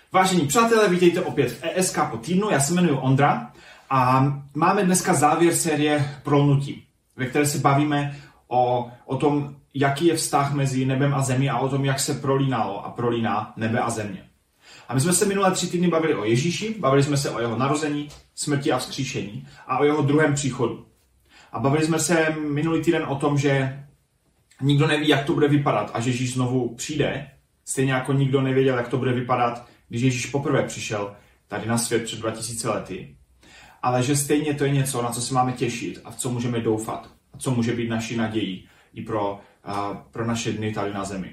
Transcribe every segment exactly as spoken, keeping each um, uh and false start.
Vážení přátelé, vítejte opět v E S K po týdnu, já se jmenuji Ondra a máme dneska závěr série Prolnutí, ve které se bavíme o, o tom, jaký je vztah mezi nebem a zemí a o tom, jak se prolínalo a prolíná nebe a země. A my jsme se minulé tři týdny bavili o Ježíši, bavili jsme se o jeho narození, smrti a vzkříšení a o jeho druhém příchodu. A bavili jsme se minulý týden o tom, že nikdo neví, jak to bude vypadat a že Ježíš znovu přijde, stejně jako nikdo nevěděl, jak to bude vypadat, když Ježíš poprvé přišel tady na svět před dva tisíce lety. Ale že stejně to je něco, na co se máme těšit a v co můžeme doufat. A co může být naší nadějí i pro, uh, pro naše dny tady na zemi.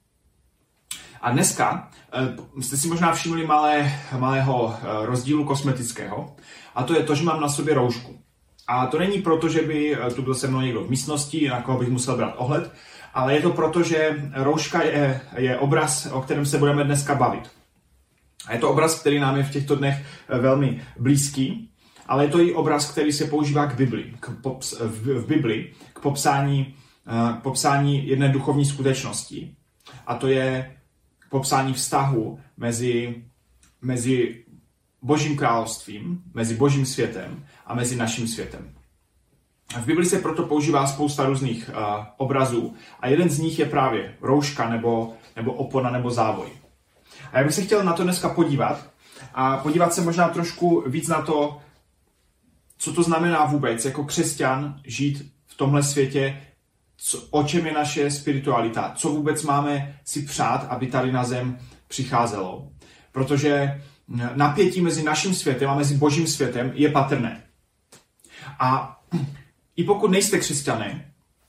A dneska uh, jste si možná všimli malé, malého uh, rozdílu kosmetického. A to je to, že mám na sobě roušku. A to není proto, že by tu byl se mnou někdo v místnosti, na koho bych musel brát ohled, ale je to proto, že rouška je, je obraz, o kterém se budeme dneska bavit. A je to obraz, který nám je v těchto dnech velmi blízký, ale je to i obraz, který se používá k Bibli, k pops, v, v Bibli, k popsání, k popsání jedné duchovní skutečnosti. A to je k popsání vztahu mezi, mezi Božím královstvím, mezi Božím světem a mezi naším světem. V Bibli se proto používá spousta různých uh, obrazů a jeden z nich je právě rouška nebo, nebo opona nebo závoj. A já bych se chtěl na to dneska podívat a podívat se možná trošku víc na to, co to znamená vůbec jako křesťan žít v tomhle světě, co, o čem je naše spiritualita, co vůbec máme si přát, aby tady na zem přicházelo. Protože napětí mezi naším světem a mezi Božím světem je patrné. A i pokud nejste křesťané,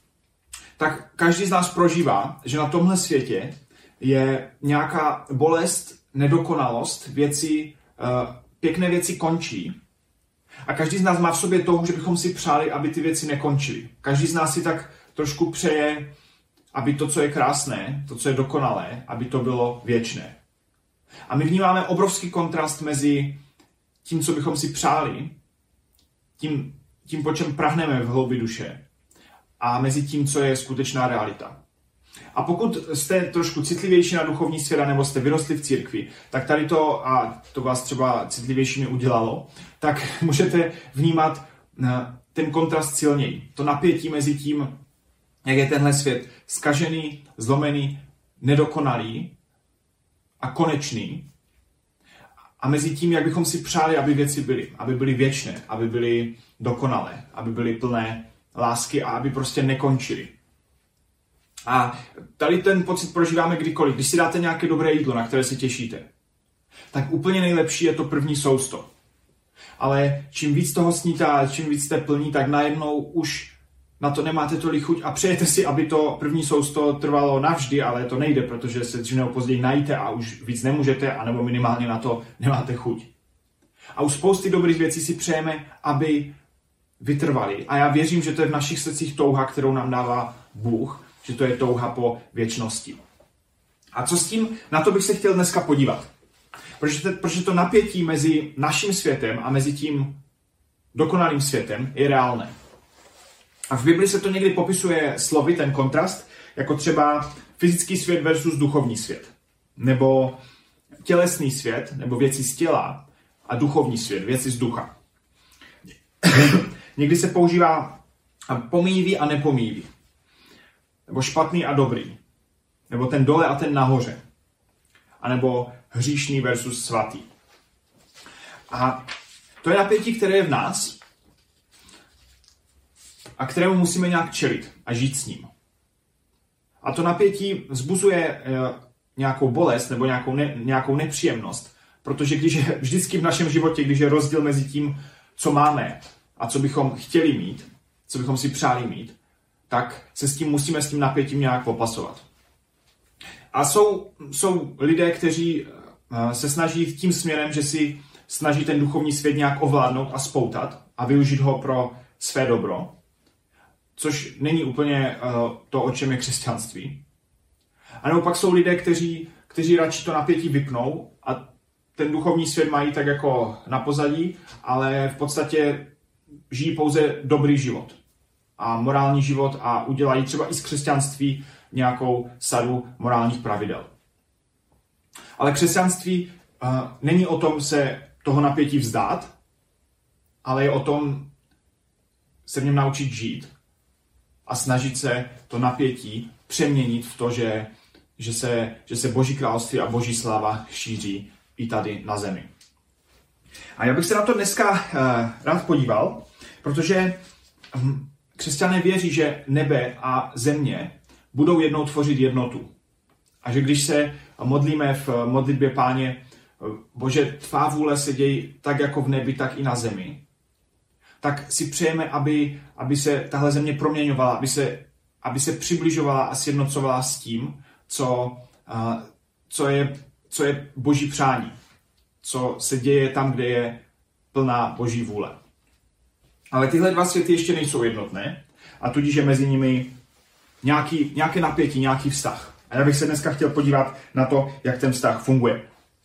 tak každý z nás prožívá, že na tomhle světě je nějaká bolest, nedokonalost, věci, pěkné věci končí. A každý z nás má v sobě touhu, že bychom si přáli, aby ty věci nekončily. Každý z nás si tak trošku přeje, aby to, co je krásné, to, co je dokonalé, aby to bylo věčné. A my vnímáme obrovský kontrast mezi tím, co bychom si přáli, tím, tím po čem prahneme v hloubi duše, a mezi tím, co je skutečná realita. A pokud jste trošku citlivější na duchovní svět, nebo jste vyrostli v církvi, tak tady to, a to vás třeba citlivějšími udělalo, tak můžete vnímat ten kontrast silněji. To napětí mezi tím, jak je tenhle svět zkažený, zlomený, nedokonalý a konečný, a mezi tím, jak bychom si přáli, aby věci byly, aby byly věčné, aby byly dokonalé, aby byly plné lásky a aby prostě nekončily. A tady ten pocit prožíváme kdykoliv. Když si dáte nějaké dobré jídlo, na které se těšíte, tak úplně nejlepší je to první sousto. Ale čím víc toho sníte a čím víc jste plní, tak najednou už na to nemáte tolik chuť a přejete si, aby to první sousto trvalo navždy, ale to nejde, protože se dřív nebo později najíte a už víc nemůžete, anebo minimálně na to nemáte chuť. A u spousty dobrých věcí si přejeme, aby vytrvali. A já věřím, že to je v našich srdcích touha, kterou nám dává Bůh, že to je touha po věčnosti. A co s tím? Na to bych se chtěl dneska podívat. Protože to, protože to napětí mezi naším světem a mezi tím dokonalým světem je reálné. A v Bibli se to někdy popisuje slovy, ten kontrast, jako třeba fyzický svět versus duchovní svět. Nebo tělesný svět, nebo věci z těla a duchovní svět, věci z ducha. Někdy se používá pomíjivý a nepomíjivý. Nebo špatný a dobrý. Nebo ten dole a ten nahoře. A nebo hříšný versus svatý. A to je napětí, které je v nás a kterému musíme nějak čelit a žít s ním. A to napětí vzbuzuje e, nějakou bolest nebo nějakou, ne, nějakou nepříjemnost, protože když je vždycky v našem životě, když je rozdíl mezi tím, co máme a co bychom chtěli mít, co bychom si přáli mít, tak se s tím musíme s tím napětím nějak popasovat. A jsou, jsou lidé, kteří se snaží tím směrem, že si snaží ten duchovní svět nějak ovládnout a spoutat a využít ho pro své dobro, což není úplně uh, to, o čem je křesťanství. A nebo pak jsou lidé, kteří, kteří radši to napětí vypnou a ten duchovní svět mají tak jako na pozadí, ale v podstatě žijí pouze dobrý život a morální život a udělají třeba i z křesťanství nějakou sadu morálních pravidel. Ale křesťanství uh, není o tom se toho napětí vzdát, ale je o tom se v něm naučit žít a snažit se to napětí přeměnit v to, že, že, se, že se Boží království a Boží sláva šíří i tady na zemi. A já bych se na to dneska uh, rád podíval, protože um, křesťané věří, že nebe a země budou jednou tvořit jednotu. A že když se modlíme v modlitbě Páně, Bože, tvá vůle se dějí tak jako v nebi, tak i na zemi, tak si přejeme, aby, aby se tahle země proměňovala, aby se, aby se přibližovala a sjednocovala s tím, co, uh, co, je, co je Boží přání, co se děje tam, kde je plná Boží vůle. Ale tyhle dva světy ještě nejsou jednotné a tudíž je mezi nimi nějaký, nějaké napětí, nějaký vztah. A já bych se dneska chtěl podívat na to, jak ten vztah funguje.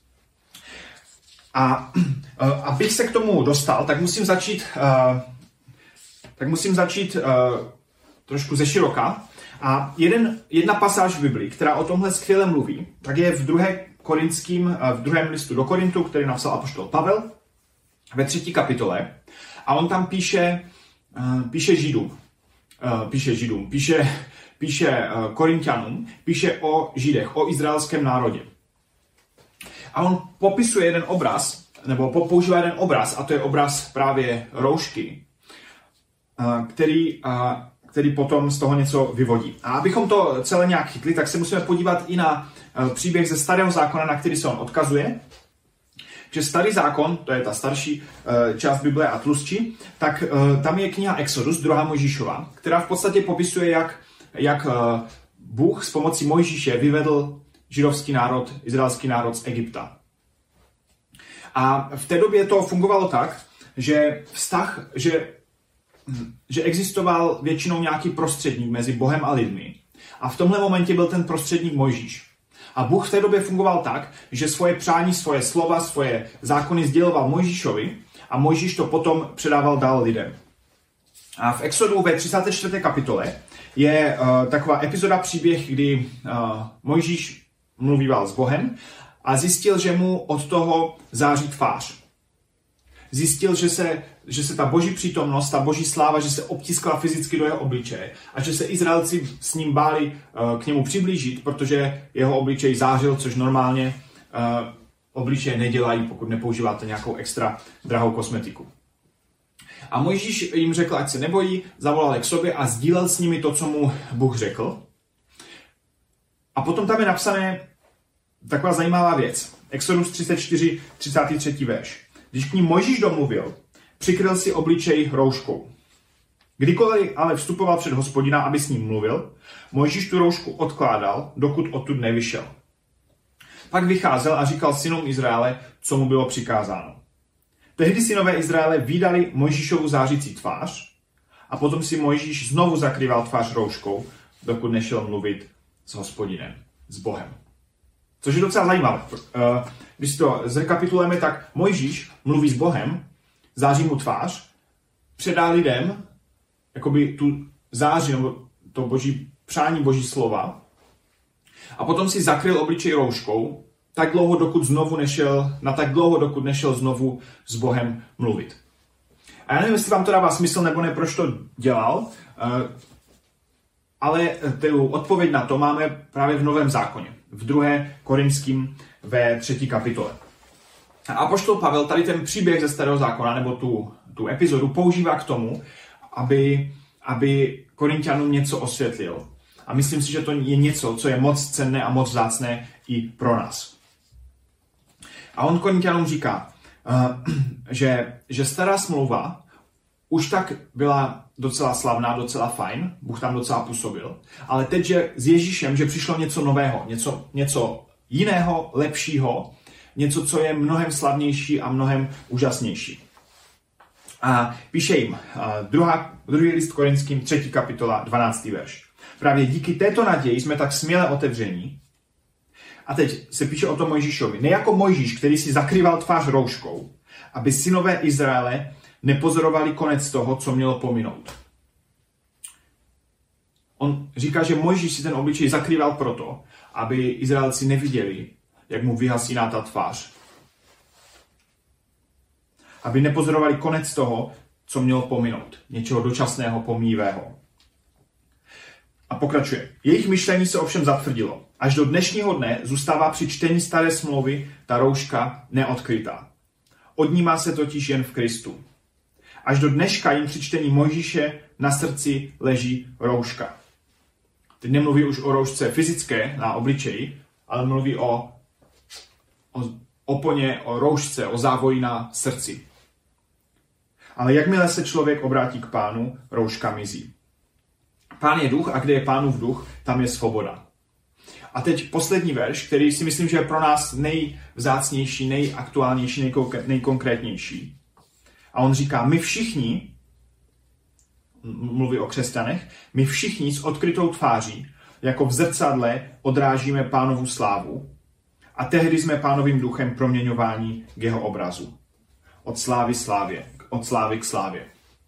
A uh, abych se k tomu dostal, tak musím začít, uh, tak musím začít uh, trošku ze široka. A jeden, jedna pasáž v Biblii, která o tomhle skvěle mluví, tak je v, druhé korinským, uh, v druhém listu do Korintu, který napsal apoštol Pavel, ve třetí kapitole. A on tam píše, uh, píše Židům, uh, píše Židům, píše, píše uh, Korinťanům, píše o Židech, o izraelském národě. A on popisuje jeden obraz, nebo používá jeden obraz, a to je obraz právě roušky, který, který potom z toho něco vyvodí. A abychom to celé nějak chytli, tak se musíme podívat i na příběh ze Starého zákona, na který se on odkazuje. Že Starý zákon, to je ta starší část Bible a tlustší, tak tam je kniha Exodus, druhá Mojžíšova, která v podstatě popisuje, jak, jak Bůh s pomocí Mojžíše vyvedl židovský národ, izraelský národ z Egypta. A v té době to fungovalo tak, že vztah, že, že existoval většinou nějaký prostředník mezi Bohem a lidmi. A v tomhle momentě byl ten prostředník Mojžíš. A Bůh v té době fungoval tak, že svoje přání, svoje slova, svoje zákony sděloval Mojžíšovi a Mojžíš to potom předával dál lidem. A v Exodu ve třicáté čtvrté kapitole je uh, taková epizoda příběh, kdy uh, Mojžíš mluvíval s Bohem a zjistil, že mu od toho září tvář. Zjistil, že se, že se ta boží přítomnost, ta boží sláva, že se obtiskla fyzicky do jeho obličeje a že se Izraelci s ním báli uh, k němu přiblížit, protože jeho obličej zářil, což normálně uh, obličeje nedělají, pokud nepoužíváte nějakou extra drahou kosmetiku. A Mojžíš jim řekl, ať se nebojí, zavolal je k sobě a sdílel s nimi to, co mu Bůh řekl. A potom tam je napsané taková zajímavá věc. Exodus třicet čtyři, třicátý třetí verš. Když k ním Mojžíš domluvil, přikryl si obličej rouškou. Kdykoliv ale vstupoval před Hospodina, aby s ním mluvil, Mojžíš tu roušku odkládal, dokud odtud nevyšel. Pak vycházel a říkal synům Izraele, co mu bylo přikázáno. Tehdy synové Izraele vydali Mojžíšovu zářící tvář a potom si Mojžíš znovu zakrýval tvář rouškou, dokud nešel mluvit s Hospodinem, s Bohem. Což je docela zajímavé. Když si to zrekapitulujeme, tak Mojžíš mluví s Bohem, září mu tvář, předá lidem jakoby tu záři, nebo to boží přání boží slova a potom si zakryl obličej rouškou tak dlouho, dokud znovu nešel, na tak dlouho, dokud nešel znovu s Bohem mluvit. A já nevím, jestli vám to dává smysl, nebo ne, proč to dělal, ale tu odpověď na to máme právě v Novém zákoně, v druhé Korinským ve třetí kapitole. A apoštol Pavel tady ten příběh ze Starého zákona, nebo tu, tu epizodu, používá k tomu, aby, aby Korinťanům něco osvětlil. A myslím si, že to je něco, co je moc cenné a moc vzácné i pro nás. A on Korinťanům říká, že, že stará smlouva už tak byla docela slavná, docela fajn, Bůh tam docela působil, ale teď, že s Ježíšem, že přišlo něco nového, něco, něco jiného, lepšího, něco, co je mnohem slavnější a mnohem úžasnější. A píše jim, druhá, druhý list Korinským, třetí kapitola, dvanáctý verš. Právě díky této naději jsme tak směle otevření. A teď se píše o tom Mojžíšovi. Ne jako Mojžíš, který si zakrýval tvář rouškou, aby synové Izraele nepozorovali konec toho, co mělo pominout. On říká, že Mojžíš si ten obličej zakrýval proto, aby Izraelci neviděli, jak mu vyhasíná ta tvář aby nepozorovali konec toho, co mělo pominout, něčeho dočasného, pomíjivého. A pokračuje. Jejich myšlení se ovšem zatvrdilo. Až do dnešního dne zůstává při čtení staré smlouvy ta rouška neodkrytá. Odnímá se totiž jen v Kristu. Až do dneška jim při čtení Mojžíše na srdci leží rouška. Teď nemluví už o roušce fyzické na obličeji, ale mluví o, o oponě, o roušce, o závoji na srdci. Ale jakmile se člověk obrátí k Pánu, rouška mizí. Pán je duch a kde je Pánův duch, tam je svoboda. A teď poslední verš, který si myslím, že je pro nás nejvzácnější, nejaktuálnější, nejkonkrétnější. A on říká, my všichni, mluví o křesťanech, my všichni s odkrytou tváří, jako v zrcadle odrážíme Pánovu slávu a tehdy jsme Pánovým duchem proměňováni k jeho obrazu. Od slávy slávě, od slávy k slávě.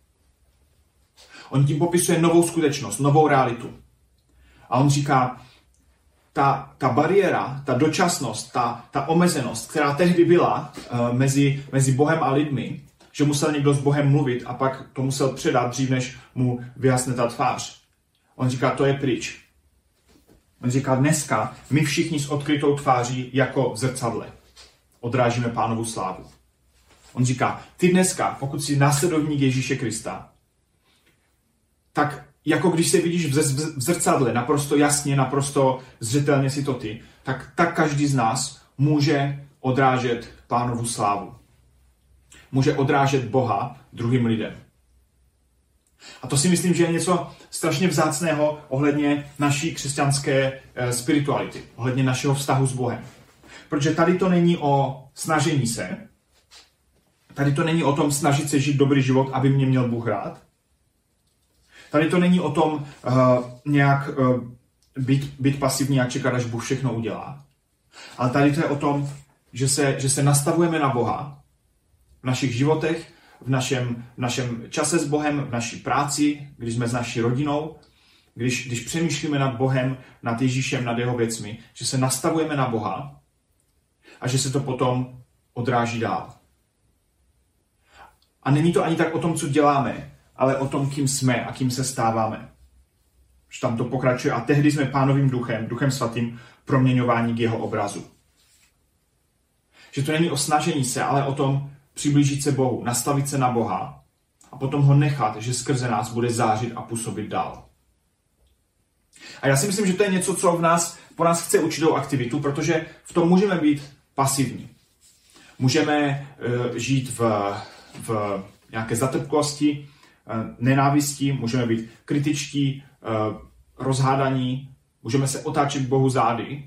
On tím popisuje novou skutečnost, novou realitu. A on říká, ta, ta bariéra, ta dočasnost, ta, ta omezenost, která tehdy byla uh, mezi, mezi Bohem a lidmi, že musel někdo s Bohem mluvit a pak to musel předat dřív, než mu vyjasne ta tvář. On říká, to je pryč. On říká, dneska my všichni s odkrytou tváří jako v zrcadle odrážíme Pánovu slávu. On říká, ty dneska, pokud jsi následovník Ježíše Krista, tak jako když se vidíš v zrcadle, naprosto jasně, naprosto zřetelně si to ty, tak, tak každý z nás může odrážet Pánovu slávu. Může odrážet Boha druhým lidem. A to si myslím, že je něco strašně vzácného ohledně naší křesťanské e, spirituality, ohledně našeho vztahu s Bohem. Protože tady to není o snažení se, tady to není o tom snažit se žít dobrý život, aby mě měl Bůh rád. Tady to není o tom uh, nějak uh, být, být pasivní a čekat, až Bůh všechno udělá. Ale tady to je o tom, že se, že se nastavujeme na Boha v našich životech, v našem, v našem čase s Bohem, v naší práci, když jsme s naší rodinou, když, když přemýšlíme nad Bohem, nad Ježíšem, nad jeho věcmi, že se nastavujeme na Boha a že se to potom odráží dál. A není to ani tak o tom, co děláme, ale o tom, kým jsme a kým se stáváme. Že tam to pokračuje. A tehdy jsme Pánovým duchem, duchem svatým, proměňování k jeho obrazu. Že to není o snažení se, ale o tom přiblížit se Bohu, nastavit se na Boha a potom ho nechat, že skrze nás bude zářit a působit dál. A já si myslím, že to je něco, co v nás, po nás chce určitou aktivitu, protože v tom můžeme být pasivní. Můžeme uh, žít v, v nějaké zatrpkosti, nenávisti, můžeme být kritičtí, rozhádaní, můžeme se otáčet k Bohu zády.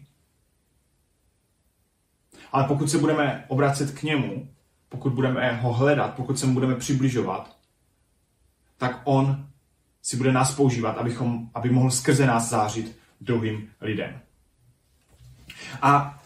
Ale pokud se budeme obracet k němu, pokud budeme ho hledat, pokud se mu budeme přibližovat, tak on si bude nás používat, abychom, aby mohl skrze nás zářit druhým lidem. A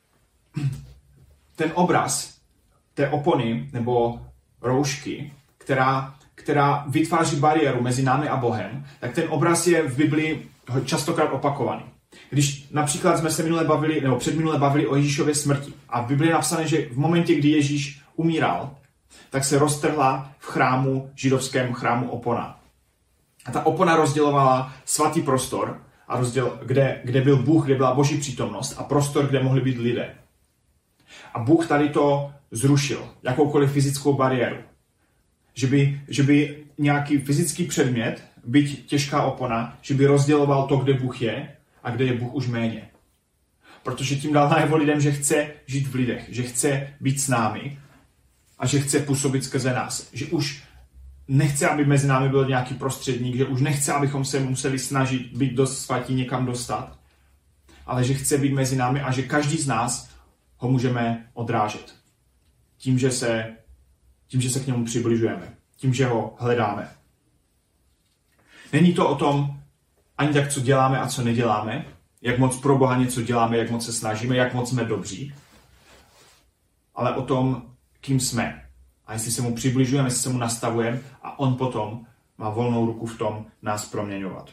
ten obraz té opony nebo roušky, která která vytváří bariéru mezi námi a Bohem, tak ten obraz je v Biblii častokrát opakovaný. Když například jsme se minule bavili, nebo předminule bavili o Ježíšově smrti a v Biblii je napsané, že v momentě, kdy Ježíš umíral, tak se roztrhla v chrámu, židovském chrámu opona. A ta opona rozdělovala svatý prostor, a rozděl, kde, kde byl Bůh, kde byla Boží přítomnost a prostor, kde mohli být lidé. A Bůh tady to zrušil, jakoukoliv fyzickou bariéru. Že by, že by nějaký fyzický předmět, byť těžká opona, že by rozděloval to, kde Bůh je a kde je Bůh už méně. Protože tím dal najevo lidem, že chce žít v lidech, že chce být s námi a že chce působit skrze nás. Že už nechce, aby mezi námi byl nějaký prostředník, že už nechce, abychom se museli snažit být dost svatí, někam dostat, ale že chce být mezi námi a že každý z nás ho můžeme odrážet. Tím, že se Tím, že se k němu přibližujeme. Tím, že ho hledáme. Není to o tom ani tak, co děláme a co neděláme, jak moc pro Boha něco děláme, jak moc se snažíme, jak moc jsme dobří, ale o tom, kým jsme. A jestli se mu přibližujeme, jestli se mu nastavujeme a on potom má volnou ruku v tom nás proměňovat.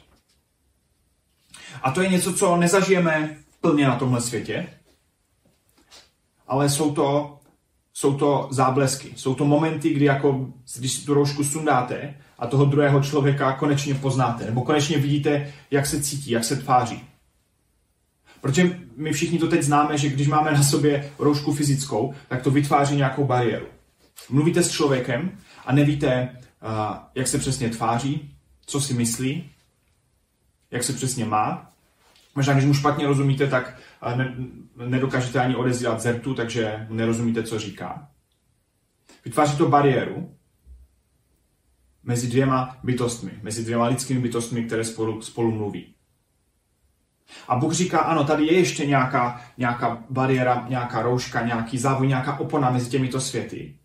A to je něco, co nezažijeme plně na tomhle světě, ale jsou to jsou to záblesky. Jsou to momenty, kdy jako, když si tu roušku sundáte a toho druhého člověka konečně poznáte, nebo konečně vidíte, jak se cítí, jak se tváří. Protože my všichni to teď známe, že když máme na sobě roušku fyzickou, tak to vytváří nějakou bariéru. Mluvíte s člověkem a nevíte, jak se přesně tváří, co si myslí, jak se přesně má. Možná, když mu špatně rozumíte, tak ne, nedokážete ani odezírat zertu, takže nerozumíte, co říká. Vytváří to bariéru mezi dvěma bytostmi, mezi dvěma lidskými bytostmi, které spolu, spolu mluví. A Bůh říká, ano, tady je ještě nějaká, nějaká bariéra, nějaká rouška, nějaký závoj, nějaká opona mezi těmito světy.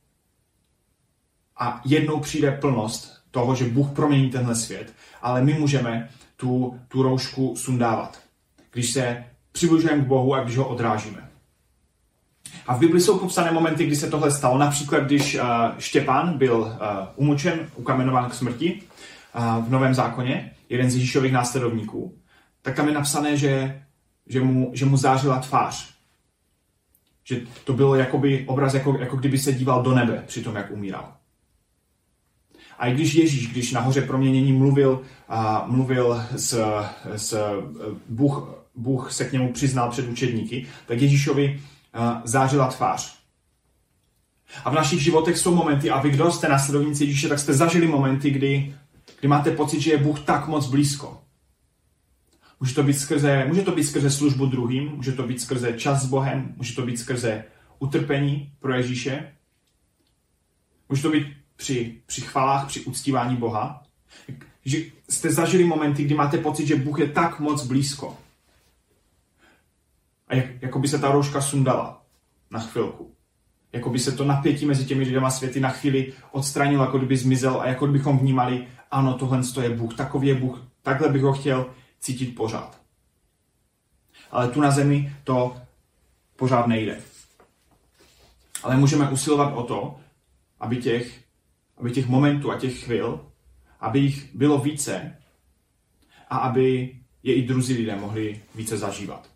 A jednou přijde plnost toho, že Bůh promění tenhle svět, ale my můžeme tu, tu roušku sundávat, když se přibližujeme k Bohu a když ho odrážíme. A v Bibli jsou popsané momenty, kdy se tohle stalo. Například, když uh, Štěpán byl uh, umučen, ukamenován k smrti uh, v Novém zákoně, jeden z Ježíšových následovníků, tak tam je napsané, že, že, mu, že mu zářila tvář. Že to bylo jakoby obraz, jako, jako kdyby se díval do nebe při tom, jak umíral. A i když Ježíš, když na hoře proměnění mluvil, a mluvil s, s Bůh, Bůh se k němu přiznal před učedníky, tak Ježíšovi zářila tvář. A v našich životech jsou momenty, a vy, kdo jste následovníci Ježíše, tak jste zažili momenty, kdy, kdy máte pocit, že je Bůh tak moc blízko. Může to být skrze, může to být skrze službu druhým, může to být skrze čas s Bohem, může to být skrze utrpení pro Ježíše, může to být při, při chválách, při uctívání Boha. Že jste zažili momenty, kdy máte pocit, že Bůh je tak moc blízko. A jak, jako by se ta rouška sundala na chvilku. Jako by se to napětí mezi těmi dvěma světy na chvíli odstranilo, jako kdyby zmizel a jako bychom vnímali, ano, tohle je Bůh, takový je Bůh, takhle bych ho chtěl cítit pořád. Ale tu na zemi to pořád nejde. Ale můžeme usilovat o to, aby těch, aby těch momentů a těch chvil, aby jich bylo více a aby je i druzí lidé mohli více zažívat.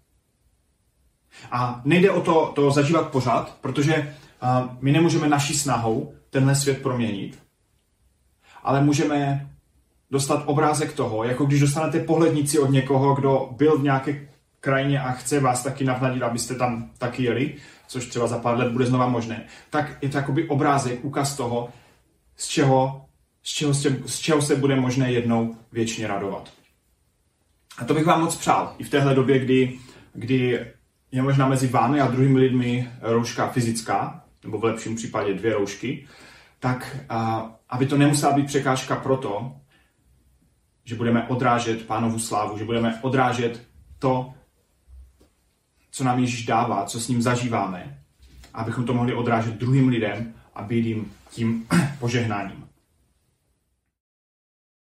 A nejde o to, to zažívat pořád, protože uh, my nemůžeme naší snahou tenhle svět proměnit, ale můžeme dostat obrázek toho, jako když dostanete pohlednici od někoho, kdo byl v nějaké krajině a chce vás taky navnadit, abyste tam taky jeli, což třeba za pár let bude znova možné, tak je to jakoby obrázek, ukaz toho, z čeho, z čeho, se, z čeho se bude možné jednou věčně radovat. A to bych vám moc přál. I v téhle době, kdy, kdy je možná mezi vámi a druhými lidmi rouška fyzická, nebo v lepším případě dvě roušky, tak a, aby to nemusela být překážka proto, že budeme odrážet Pánovu slávu, že budeme odrážet to, co nám Ježíš dává, co s ním zažíváme, abychom to mohli odrážet druhým lidem a být jim tím požehnáním.